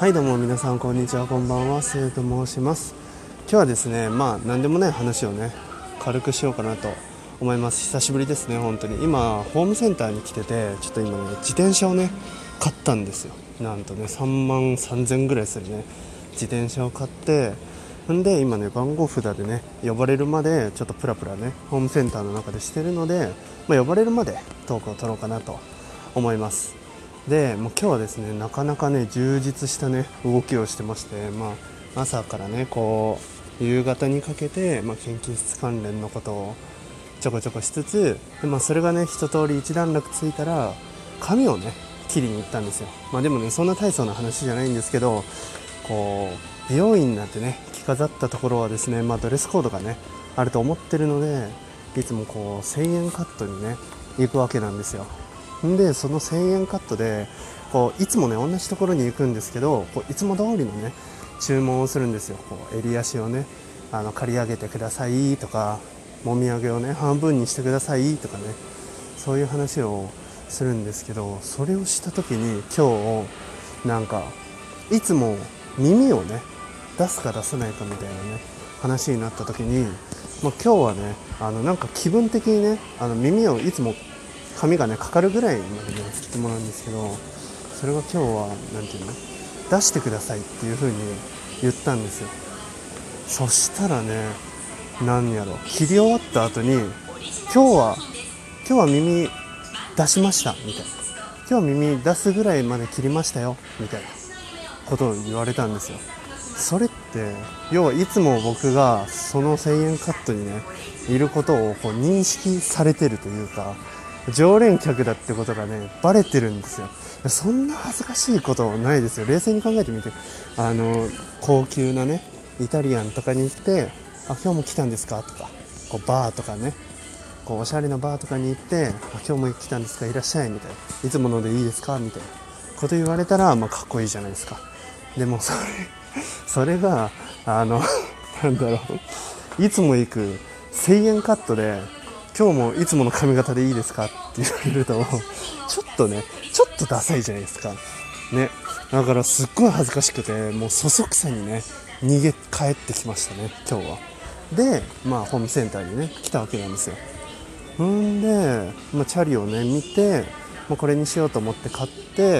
はいどうも皆さんこんにちは、こんばんは、スーと申します。今日はですね、何でもない話をね軽くしようかなと思います。久しぶりですね。本当に今ホームセンターに来てて、ちょっと今ね自転車をね買ったんですよ。なんとね3万3000ぐらいするね自転車を買って、んで今ね番号札でね呼ばれるまでちょっとプラプラねホームセンターの中でしてるので、呼ばれるまでトークを取ろうかなと思います。でもう今日はですねなかなかね充実したね動きをしてまして、朝からねこう夕方にかけて、研究室関連のことをちょこちょこしつつで、それがね一通り一段落ついたら髪をね切りに行ったんですよ。でもねそんな大層な話じゃないんですけど、こう美容院なんてね着飾ったところはですね、ドレスコードがねあると思ってるので、いつもこう1000円カットにね行くわけなんですよ。でその1000円カットでこういつもね同じところに行くんですけど、こういつも通りのね注文をするんですよ。こう襟足をね刈り上げてくださいとか、もみあげをね半分にしてくださいとかね、そういう話をするんですけど、それをした時に今日なんかいつも耳をね出すか出さないかみたいなね話になった時に、今日はねなんか気分的にね耳をいつも髪がねかかるぐらいまでね切ってもらうんですけど、それが今日はなんていうの出してくださいっていう風に言ったんですよ。そしたらね、何やろ切り終わった後に今日は耳出しましたみたいな、今日は耳出すぐらいまで切りましたよみたいなことを言われたんですよ。それって要はいつも僕がその1000円カットにねいることをこう認識されてるというか、常連客だってことがねバレてるんですよ。そんな恥ずかしいことないですよ。冷静に考えてみて、高級なねイタリアンとかに行って、今日も来たんですかとか、こうバーとかね、こうおしゃれなバーとかに行って、今日も来たんですか、いらっしゃいみたいな、いつものでいいですかみたいなこと言われたら、かっこいいじゃないですか。でもそれがなんだろう、いつも行く1000円カットで今日もいつもの髪型でいいですかって言われるとちょっとダサいじゃないですかね。だからすっごい恥ずかしくて、もうそそくさにね逃げ帰ってきましたね今日は。でホームセンターにね来たわけなんですよ。で、チャリをね見て、これにしようと思って買って、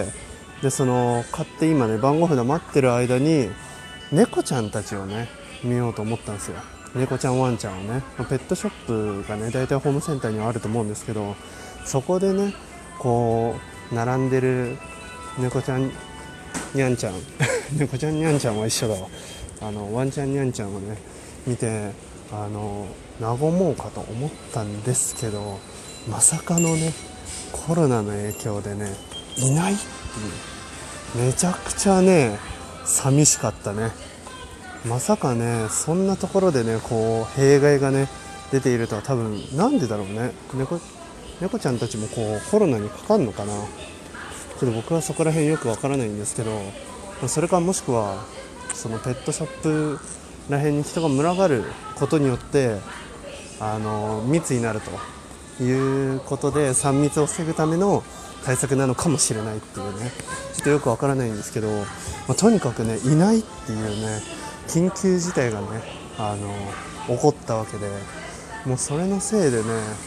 で買って今ね番号札待ってる間に猫ちゃんたちをね見ようと思ったんですよ。猫ちゃんワンちゃんをね、ペットショップがね大体ホームセンターにはあると思うんですけど、そこでねこう並んでる猫ちゃんにゃんちゃん猫ちゃんにゃんちゃんは一緒だわ。ワンちゃんにゃんちゃんをね見て和もうかと思ったんですけど、まさかのねコロナの影響でねいないっていう、めちゃくちゃね寂しかったね。まさかねそんなところでねこう弊害がね出ているとは。多分なんでだろうね、猫ちゃんたちもこうコロナにかかるのかな。ちょっと僕はそこら辺よくわからないんですけど、それかもしくはそのペットショップら辺に人が群がることによって密になるということで3密を防ぐための対策なのかもしれないっていうね、ちょっとよくわからないんですけど、とにかくねいないっていうね緊急事態がね起こったわけで、もうそれのせいでね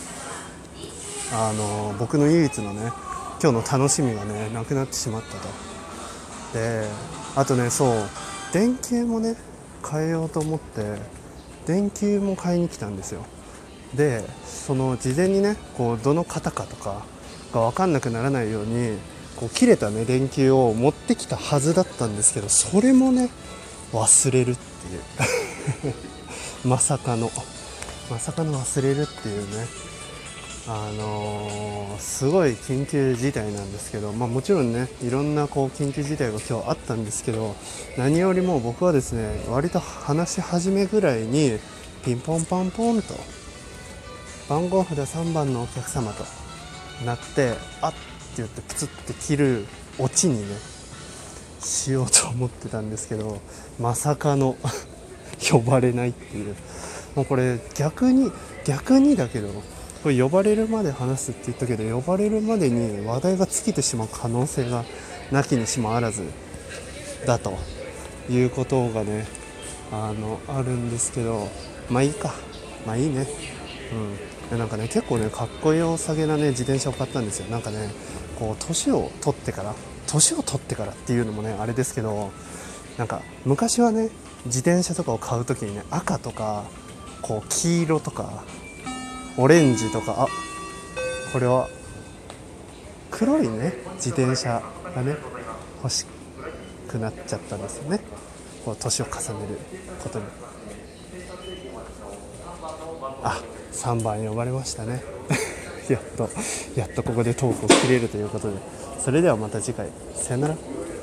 僕の唯一のね今日の楽しみがねなくなってしまったと。であとね電球もね変えようと思って電球も買いに来たんですよ。でその事前にねこうどの型かとかが分かんなくならないようにこう切れたね電球を持ってきたはずだったんですけど、それもね忘れるっていうまさかの忘れるっていうね、すごい緊急事態なんですけど、もちろんねいろんなこう緊急事態が今日あったんですけど、何よりも僕はですね割と話し始めぐらいにピンポンパンポンと番号札3番のお客様となって、あって言ってプツって切るオチにねしようと思ってたんですけど、まさかの呼ばれないっていう。もうこれ逆にだけど、これ呼ばれるまで話すって言ったけど、呼ばれるまでに話題が尽きてしまう可能性がなきにしもあらず、 だということがねあるんですけど、まあいいか、まあいいね。なんかね結構ねかっこよさげなね自転車を買ったんですよ。なんかねこう年を取ってからっていうのもねあれですけど、なんか昔はね自転車とかを買うときにね赤とかこう黄色とかオレンジとか、これは黒いね自転車がね欲しくなっちゃったんですよね、こう年を重ねることに。3番呼ばれましたねやっとここでトークを切れるということで、それではまた次回、さよなら。